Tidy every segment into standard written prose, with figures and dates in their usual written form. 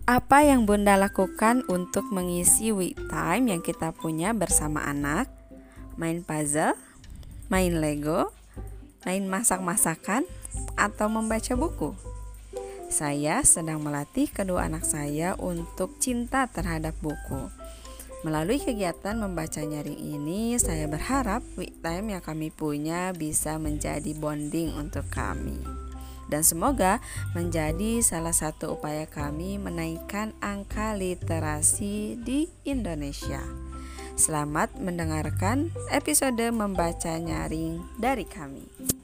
Apa yang Bunda lakukan untuk mengisi we time yang kita punya bersama anak? Main puzzle, main Lego, main masak-masakan, atau membaca buku? Saya sedang melatih kedua anak saya untuk cinta terhadap buku. Melalui kegiatan membaca nyaring ini, saya berharap we time yang kami punya bisa menjadi bonding untuk kami. Dan semoga menjadi salah satu upaya kami menaikkan angka literasi di Indonesia. Selamat mendengarkan episode membaca nyaring dari kami.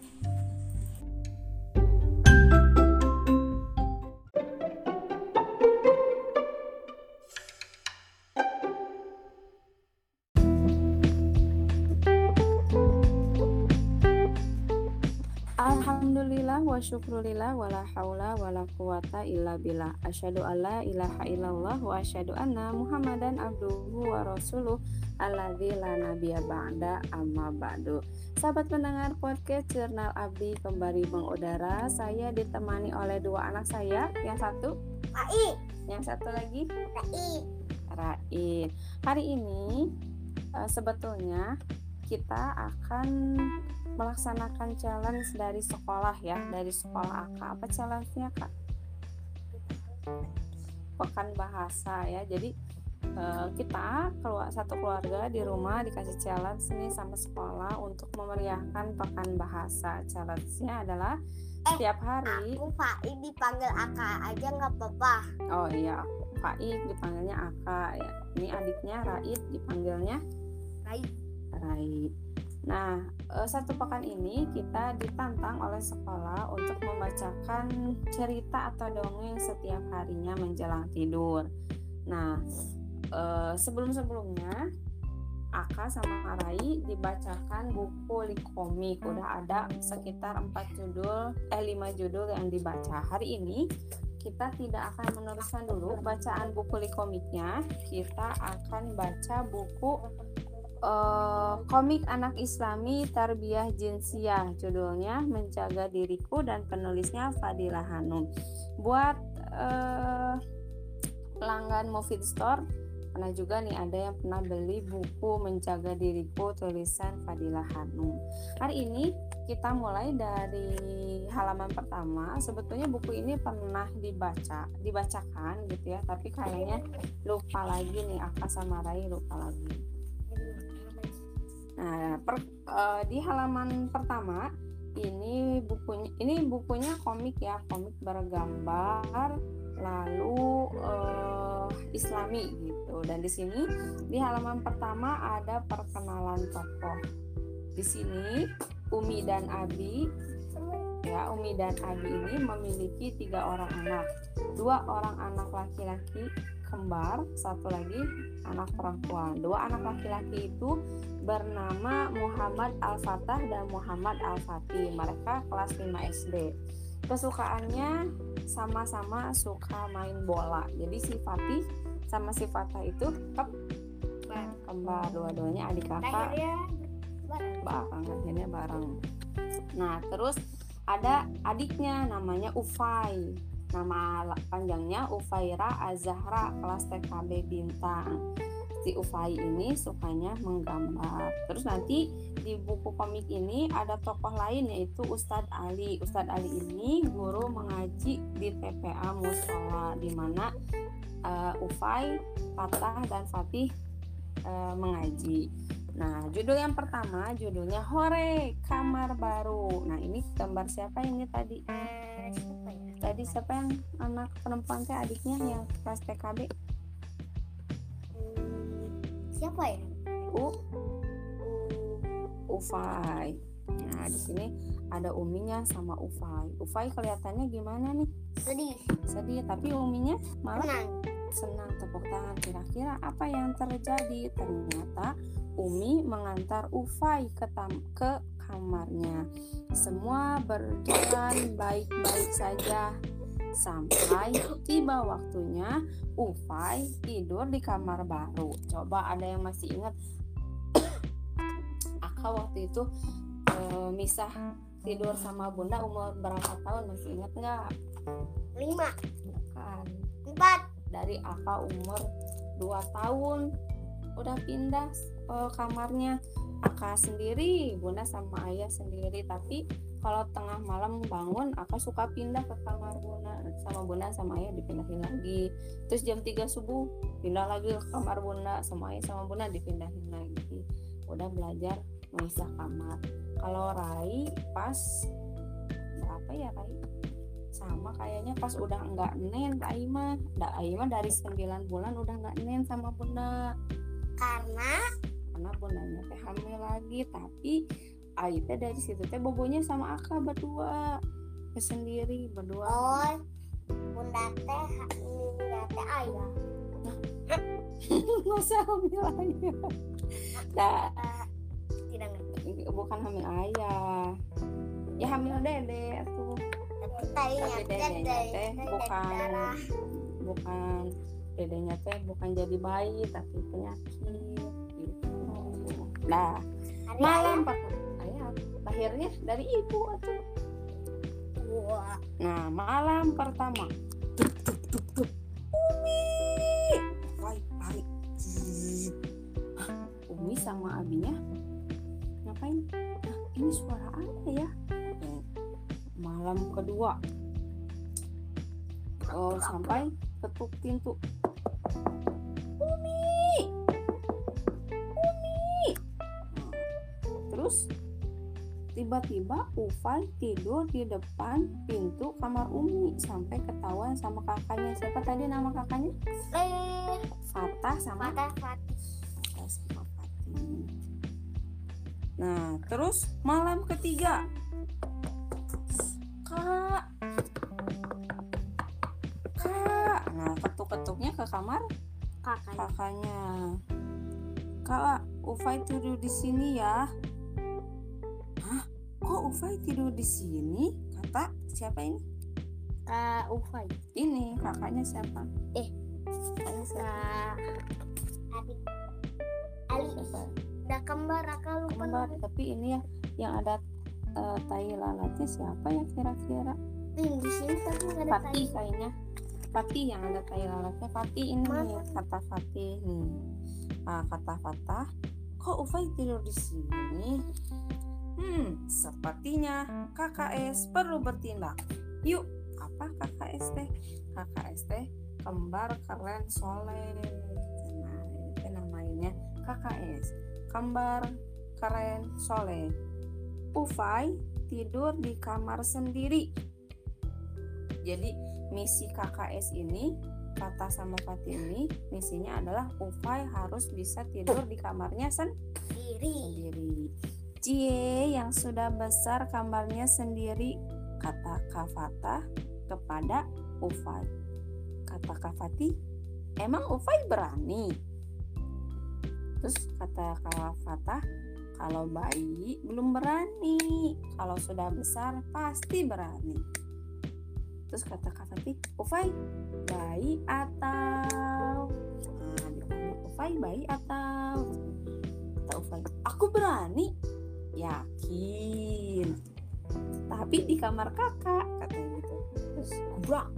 Alhamdulillah wa syukrulillah wa la haula wa la quwata illa billah. Asyhadu alla ilaha illallah wa asyhadu anna Muhammadan abduhu wa rasuluh alladzi la nabiyya ba'da amma ba'du. Sahabat pendengar podcast Jurnal Abdi kembali mengudara. Saya ditemani oleh dua anak saya. Yang satu Rai. Yang satu lagi Rai. Hari ini sebetulnya kita akan melaksanakan challenge dari sekolah ya, dari sekolah AK. Apa challenge-nya, Kak? Pekan bahasa ya. Jadi kita satu keluarga di rumah dikasih challenge nih sama sekolah untuk memeriahkan pekan bahasa. Challenge-nya adalah setiap hari. Aku Fai dipanggil Aka aja nggak apa-apa. Oh iya, Faik dipanggilnya Aka ya. Ini adiknya Rait dipanggilnya Rai. Nah, satu pekan ini kita ditantang oleh sekolah untuk membacakan cerita atau dongeng setiap harinya menjelang tidur. Nah, sebelum-sebelumnya Aka sama Rai dibacakan buku komik. Udah ada sekitar 5 judul yang dibaca. Hari ini kita tidak akan meneruskan dulu bacaan buku komiknya. Kita akan baca buku komik anak Islami Tarbiyah Jinsiyah, judulnya Menjaga Diriku, dan penulisnya Fadilah Hanum. Buat pelanggan Movie Store, pernah juga nih ada yang pernah beli buku Menjaga Diriku tulisan Fadilah Hanum. Hari ini kita mulai dari halaman pertama. Sebetulnya buku ini pernah dibacakan gitu ya, tapi kayaknya lupa lagi nih, Aka sama Rai lupa lagi. Nah, di halaman pertama ini bukunya komik ya, komik bergambar lalu Islami gitu. Dan di sini di halaman pertama ada perkenalan tokoh. Di sini Umi dan Abi ini memiliki 3 orang anak. 2 orang anak laki-laki kembar, satu lagi anak perempuan. 2 anak laki-laki itu bernama Muhammad Al-Fatah dan Muhammad Al-Fatih. Mereka kelas 5 SD. Kesukaannya sama-sama suka main bola. Jadi si Fatih sama si Fatah itu kembar, dua-duanya adik kakak. Akhirnya bareng. Nah, terus ada adiknya namanya Ufai. Nama panjangnya Ufaira Azahra, kelas TKB Bintang. Si Ufai ini sukanya menggambar. Terus nanti di buku komik ini ada tokoh lain, yaitu Ustadz Ali. Ustadz Ali ini guru mengaji di TPA Musola, di mana Ufai, Fatah, dan Fatih mengaji. Nah, judul yang pertama judulnya Hore Kamar Baru. Nah, ini gambar siapa ini tadi? Tadi siapa yang anak perempuan teh, adiknya yang kelas TKB? Siapa ya? Ufai. Nah, di sini ada Uminya sama Ufai. Ufai kelihatannya gimana nih? Sedih, tapi Uminya malah senang. Tepuk tangan. Kira-kira apa yang terjadi? Ternyata Umi mengantar Ufai ke kamarnya. Semua berjalan baik-baik saja sampai tiba waktunya Ufai tidur di kamar baru. Coba ada yang masih ingat Aka waktu itu misah tidur sama Bunda umur berapa tahun, masih ingat nggak? 5. Bukan. 4. Dari Aka umur 2 tahun udah pindah kamarnya. Aka sendiri, Bunda sama Ayah sendiri. Tapi kalau tengah malam bangun, Aka suka pindah ke kamar Bunda sama Bunda sama Ayah dipindahin lagi. Terus jam 3 subuh pindah lagi ke kamar Bunda sama Ayah sama Bunda dipindahin lagi. Udah belajar memisah kamar. Kalau Rai pas berapa ya Rai? Sama kayaknya pas udah enggak nen Rai mah dari 9 bulan udah enggak nen sama Bunda. Karena bundanya teh hamil lagi, tapi Ai teh dari situ teh bobonya sama Aka berdua sendiri berdua. Oh, bunda teh hamilnya teh Ayah. Nggak usah hamil Ayah. Nah, Tidak ngerti. bukan hamil Ayah. Ya hamil dede tuh. Tapi Dedenya teh bukan dedenya teh bukan jadi bayi tapi penyakit gitu. Nah, malam pertama Ayah lahirnya dari ibu atuh. Wah. Nah, malam pertama Umi lari. Umi sama abinya ngapain? Nah, ini suara apa ya? Malam kedua sampai ketuk pintu. Umi. Terus tiba-tiba Ufai tidur di depan pintu kamar Umi sampai ketahuan sama kakaknya. Siapa tadi nama kakaknya? Fatah sama Fatih. Nah, terus malam ketiga Kak. Nah, ketuk-ketuknya ke kamar kakaknya. Kak, Ufai tidur di sini ya. Hah? Kok Ufai tidur di sini? Kata siapa ini? Kak Ufai. Ini kakaknya siapa? Kak Ali. Siapa? Udah kembar, Aka lupa. Kembar, tapi ini ya yang ada tai lalatnya siapa ya kira-kira? Di sini tapi nggak ada Fatih kayaknya. Fatih yang ada tai lalatnya. Fatih ini nih, kata Fatih nih. Kata Fatah, kok Ufai tidur di sini? Sepertinya KKS perlu bertindak. Yuk, apa KKS teh? KKS teh kembar keren soleh. Nah, itu namanya KKS, kembar keren soleh. Ufai tidur di kamar sendiri. Jadi misi KKS ini, Fatah sama Fatih ini, misinya adalah Ufai harus bisa tidur di kamarnya sendiri. Cie yang sudah besar kamarnya sendiri, kata Kak Fatah kepada Ufai. Kata Kak Fatih, emang Ufai berani? Terus kata Kak Fatah, kalau bayi belum berani, kalau sudah besar pasti berani. Terus kata Kak Fatih, Ufai bayi atau? Nah, ditanya Ufai bayi atau? Kata Ufai, aku berani. Yakin? Tapi di kamar kakak, katanya gitu. Terus brak.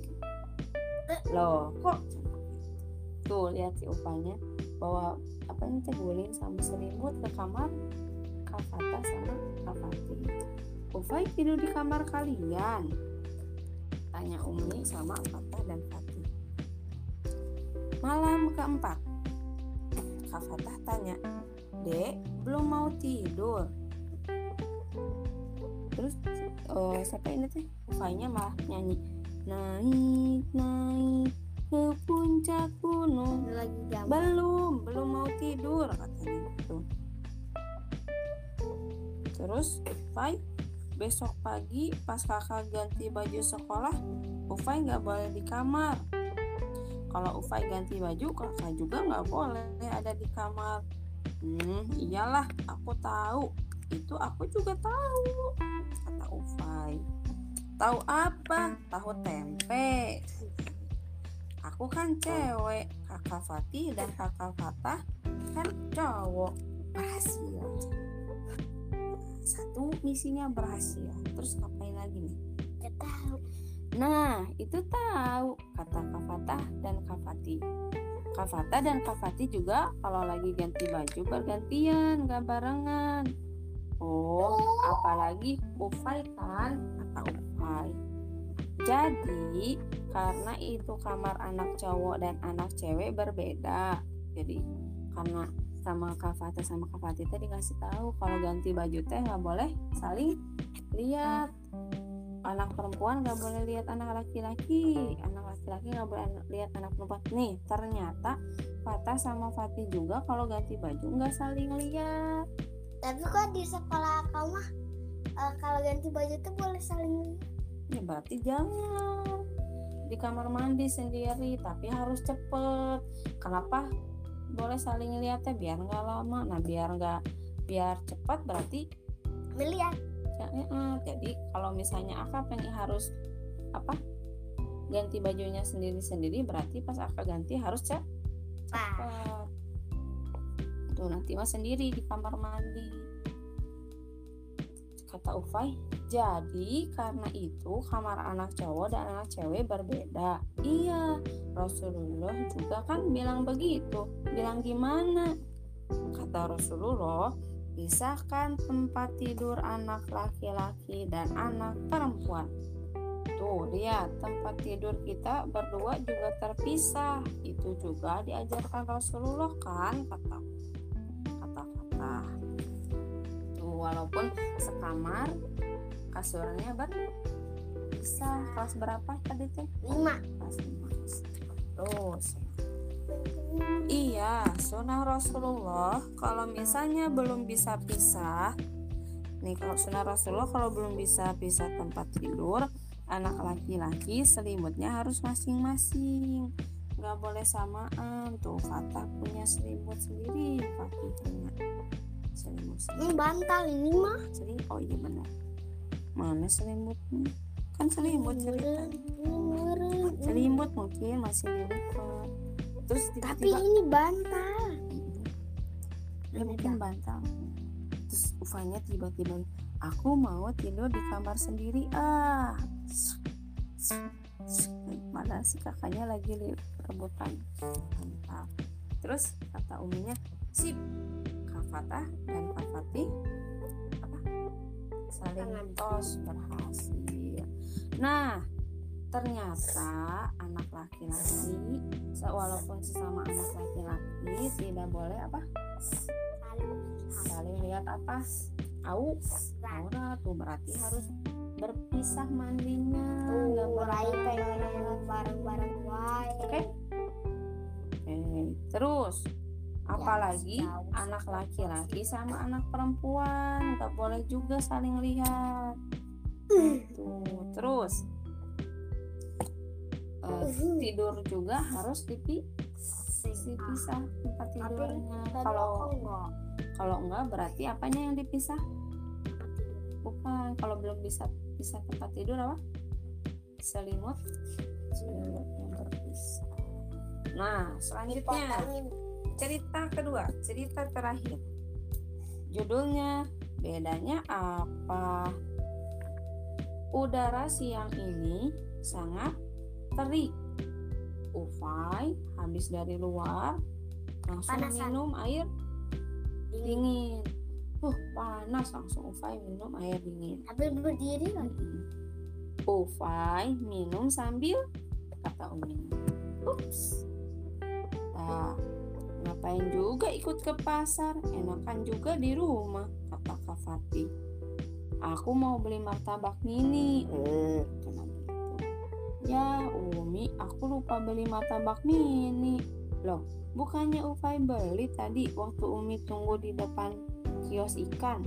Loh, kok? Tuh lihat si Ufainya bawa apa ini teh guling sama selimut ke kamar Kak Fatah sama Kak Fatih. Ufai tidur di kamar kalian? Tanya Umi sama Fatah dan Fatih. Malam keempat, Kak Fatah tanya, Dek, belum mau tidur? Terus siapa ini teh? Ufainya malah nyanyi, naik ke puncak gunung. Lagi jam. Belum mau tidur katanya gitu. Terus Ufai besok pagi pas kakak ganti baju sekolah, Ufai nggak boleh di kamar. Kalau Ufai ganti baju, kakak juga nggak boleh ada di kamar. Iyalah, aku tahu. Itu aku juga tahu, kata Ufai. Tahu apa? Tahu tempe. Aku kan cewek, kakak Fatih dan kakak Fatah kan cowok. Berhasil. Satu misinya berhasil. Terus ngapain lagi nih? Gak tahu. Nah, itu tahu, kata Kak Fatah dan Kak Fatih. Kak Fatah dan Kak Fatih juga kalau lagi ganti baju bergantian, gak barengan. Oh, apalagi Ufai kan, kata Ufai. Jadi, karena itu kamar anak cowok dan anak cewek berbeda. Jadi, karena sama Kak Fatah sama Kak Fatih tadi ngasih tahu kalau ganti baju teh nggak boleh saling lihat. Anak perempuan nggak boleh lihat anak laki-laki, anak laki-laki nggak boleh lihat anak perempuan. Nih, ternyata Fatah sama Fatih juga kalau ganti baju nggak saling lihat. Tapi kok di sekolah kamu kalau ganti baju tuh boleh saling lihat? Ya berarti jangan di kamar mandi sendiri, tapi harus cepet. Kenapa boleh saling lihatnya? Biar nggak lama. Nah, biar cepat berarti Melihat. Jadi kalau misalnya Aka pengen harus ganti bajunya sendiri-sendiri, berarti pas Aka ganti harus cepat. Tuh nanti mah sendiri di kamar mandi. Kata Ufai, jadi karena itu kamar anak cowok dan anak cewek berbeda. Iya, Rasulullah juga kan bilang begitu. Bilang gimana? Kata Rasulullah, pisahkan tempat tidur anak laki-laki dan anak perempuan. Tuh lihat, tempat tidur kita berdua juga terpisah. Itu juga diajarkan Rasulullah kan, kata. Tuh walaupun sekamar, kasurnya berpisah. Kelas berapa tadi teh? 5. Kelas 5. Terus iya, sunnah Rasulullah kalau misalnya belum bisa pisah nih, kalau sunnah Rasulullah kalau belum bisa pisah tempat tidur anak laki-laki, selimutnya harus masing-masing, nggak boleh samaan. Tuh Fatah punya selimut sendiri, Fatih punya selimut sendiri. Ini bantal ini mah. Oh iya benar, mana selimutnya? Kan selimut cerita, selimut mungkin masih dilipat. Terus tapi ini bantal. Ya mungkin bantal. Terus Ufanya tiba-tiba, aku mau tidur di kamar sendiri Padahal si kakaknya lagi rebutan bantal. Terus kata uminya, sip. Kak Fatah dan Kak Fatih saling tos, berhasil. Nah, ternyata anak laki-laki, walaupun sesama anak laki-laki, tidak boleh saling lihat aurat. Tuh berarti harus berpisah mandinya. Bareng-bareng. Oke. Terus apalagi anak laki-laki sama anak perempuan nggak boleh juga saling lihat. Tuh terus tidur juga harus dipisah tempat tidurnya. Kalau enggak berarti apanya yang dipisah? Bukan, kalau belum bisa pisah tempat tidur apa? Selimut yang berpisah. Nah, selanjutnya cerita kedua, cerita terakhir. Judulnya bedanya apa? Udara siang ini sangat terik. Ufai habis dari luar langsung minum air dingin. Panas, langsung Ufai minum air dingin. Habis berdiri lagi. Ufai minum sambil kata Umi, ups. Nah, ngapain juga ikut ke pasar? Enakan juga di rumah, kata Kak Fatih. Aku mau beli martabak mini. Ya Umi, aku lupa beli martabak mini. Loh, bukannya Ufai beli tadi waktu Umi tunggu di depan kios ikan?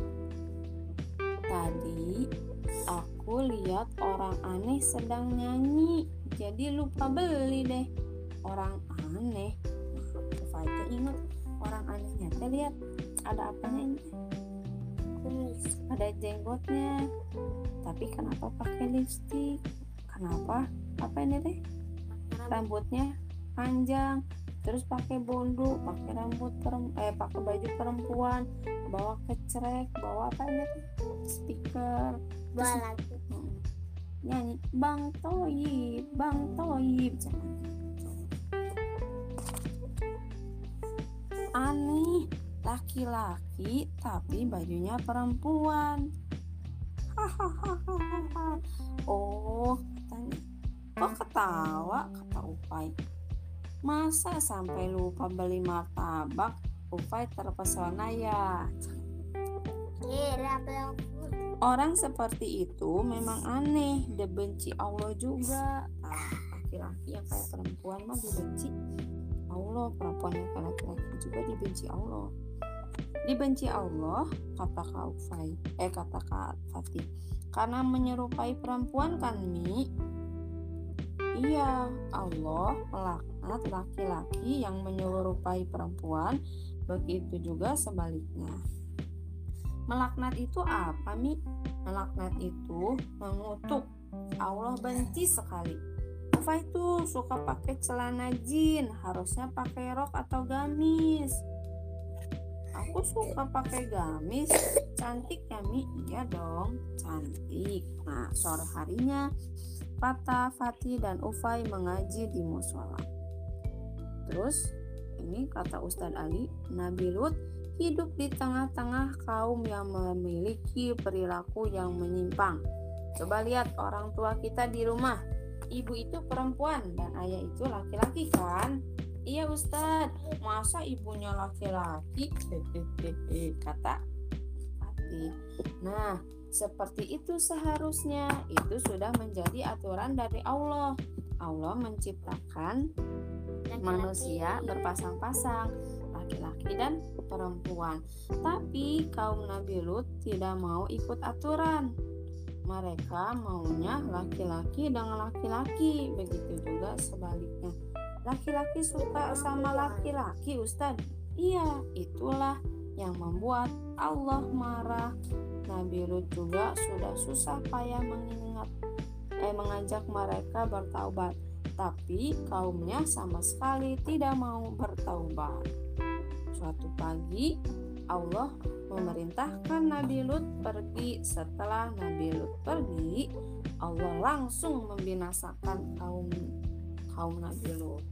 Tadi aku lihat orang aneh sedang nyanyi, jadi lupa beli deh. Orang aneh? Ufai teh ingat orang anehnya teh, lihat ada apanya ini? Kumis, ada jenggotnya. Tapi kenapa pakai lipstik? Kenapa ini teh rambutnya panjang, terus pakai bondo, pakai pakai baju perempuan, bawa kecrek, bawa apa ini teh speaker, nyanyi Bang Toyib, Bang Toyib. Jangan gitu. Aneh, laki-laki tapi bajunya perempuan. Hahaha. Oh, katanya. Kok ketawa, kata Ufai. Masa sampai lupa beli martabak? Ufai terpesona ya. Orang seperti itu memang aneh, dibenci Allah juga. Laki-laki yang kayak perempuan mah dibenci Allah, perempuan yang kayak laki-laki juga dibenci Allah. Dibenci Allah, kata Kak Ufai, kata Kak Fatih, karena menyerupai perempuan kan, Mi? Iya, Allah melaknat laki-laki yang menyerupai perempuan, begitu juga sebaliknya. Melaknat itu apa, Mi? Melaknat itu mengutuk. Allah benci sekali. Ufai tuh suka pakai celana jin, harusnya pakai rok atau gamis. Aku suka pakai gamis. Cantik ya, Mi? Iya dong, cantik. Nah, sore harinya Fatah, Fatih, dan Ufai mengaji di musola. Terus ini kata Ustadz Ali, Nabi Lut hidup di tengah-tengah kaum yang memiliki perilaku yang menyimpang. Coba lihat orang tua kita di rumah. Ibu itu perempuan dan ayah itu laki-laki kan? Iya Ustadz, masa ibunya laki-laki? Kata Fatih. Nah, seperti itu seharusnya. Itu sudah menjadi aturan dari Allah. Allah menciptakan manusia berpasang-pasang, laki-laki dan perempuan. Tapi kaum Nabi Lut tidak mau ikut aturan. Mereka maunya laki-laki dengan laki-laki. Begitu juga sebaliknya. Laki-laki suka sama laki-laki, Ustadz. Iya, itulah yang membuat Allah marah. Nabi Lut juga sudah susah payah mengajak mereka bertaubat, tapi kaumnya sama sekali tidak mau bertaubat. Suatu pagi Allah memerintahkan Nabi Lut pergi. Setelah Nabi Lut pergi, Allah langsung membinasakan kaum Nabi Lut.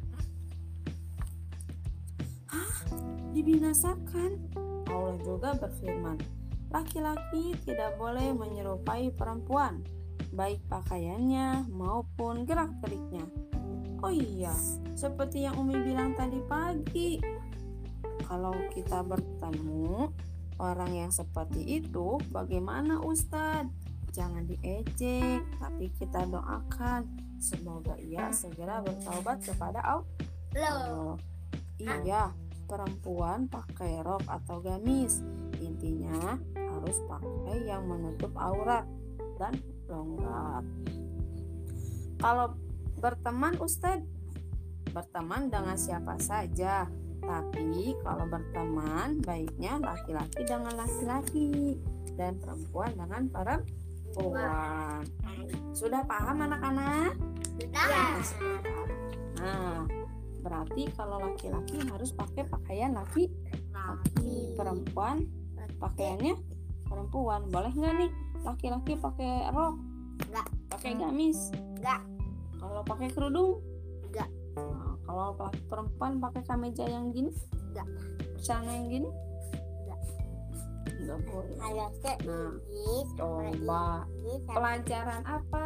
Hah? Dibinasakan? Allah juga berfirman, laki-laki tidak boleh menyerupai perempuan, baik pakaiannya maupun gerak-geriknya. Oh iya, seperti yang Umi bilang tadi pagi, kalau kita bertemu orang yang seperti itu, bagaimana Ustadz? Jangan diejek, tapi kita doakan semoga ia segera bertaubat kepada Allah. Iya, perempuan pakai rok atau gamis. Intinya harus pakai yang menutup aurat dan longgar. Kalau berteman Ustadz, berteman dengan siapa saja. Tapi kalau berteman baiknya laki-laki dengan laki-laki dan perempuan dengan perempuan. Sudah paham anak-anak? Sudah. Nah, berarti kalau laki-laki harus pakai pakaian laki-laki, perempuan pakaiannya perempuan. Boleh nggak nih laki-laki pakai rok? Enggak. Pakai gamis? Enggak. Kalau pakai kerudung? Enggak. Nah, kalau perempuan pakai kemeja yang gini? Enggak. Celana yang gini? Enggak boleh. Nah, coba pelajaran apa?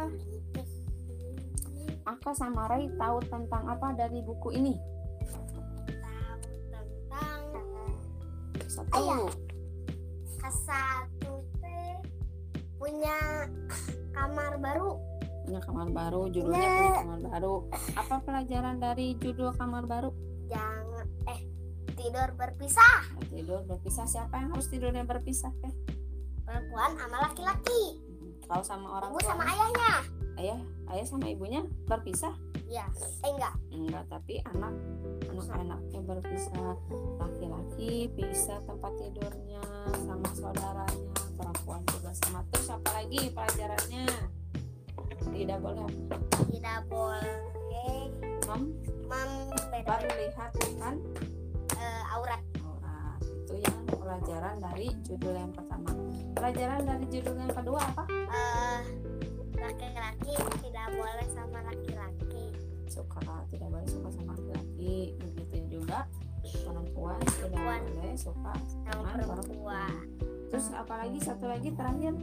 Aka sama Ray tahu tentang apa dari buku ini? Tahu tentang Satu. Satu punya kamar baru. Punya kamar baru, judulnya punya kamar baru. Apa pelajaran dari judul kamar baru? Jangan tidur berpisah. Tidur berpisah. Siapa yang harus tidurnya berpisah? Perempuan sama laki-laki. Kalau sama orang Ibu tua sama ayahnya. Ayah sama ibunya berpisah? Ya, enggak, tapi anak-anaknya berpisah. Laki-laki bisa tempat tidurnya sama saudaranya, perempuan juga sama. Terus apa lagi pelajarannya? Tidak boleh apa? Tidak boleh baru lihat kan aurat. Itu yang pelajaran dari judul yang pertama. Pelajaran dari judul yang kedua apa? Laki-laki perempuan. boleh suka Sama perempuan. Terus apalagi satu lagi terakhir?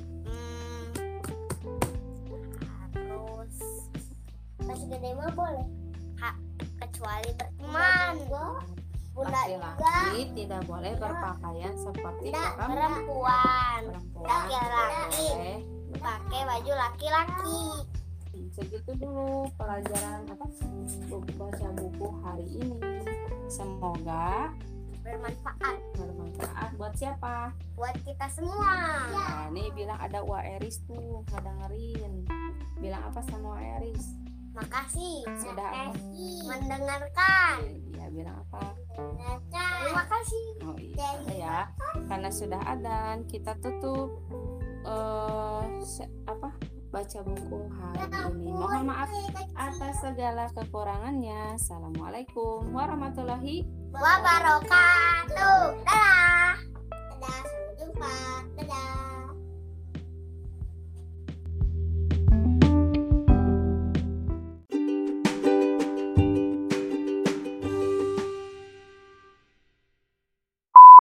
Harus masih gede mah boleh. Kecuali berteman. Bunda juga Laki-laki tidak boleh berpakaian seperti perempuan. Laki-laki boleh. pakai baju laki-laki. Segitu dulu pelajaran baca buku hari ini. Semoga Bermanfaat bermanfaat buat siapa? buat kita semua. Nah, nih bilang ada Wa Eris tuh nggak dengerin. Bilang apa sama Wa Eris? Makasih Sudah mendengarkan. Ya bilang apa? Terima kasih. Oh iya ya. Karena sudah adzan kita tutup baca buku hari ini. Mohon maaf atas segala kekurangannya. Assalamualaikum warahmatullahi Wabarakatuh. Dadah.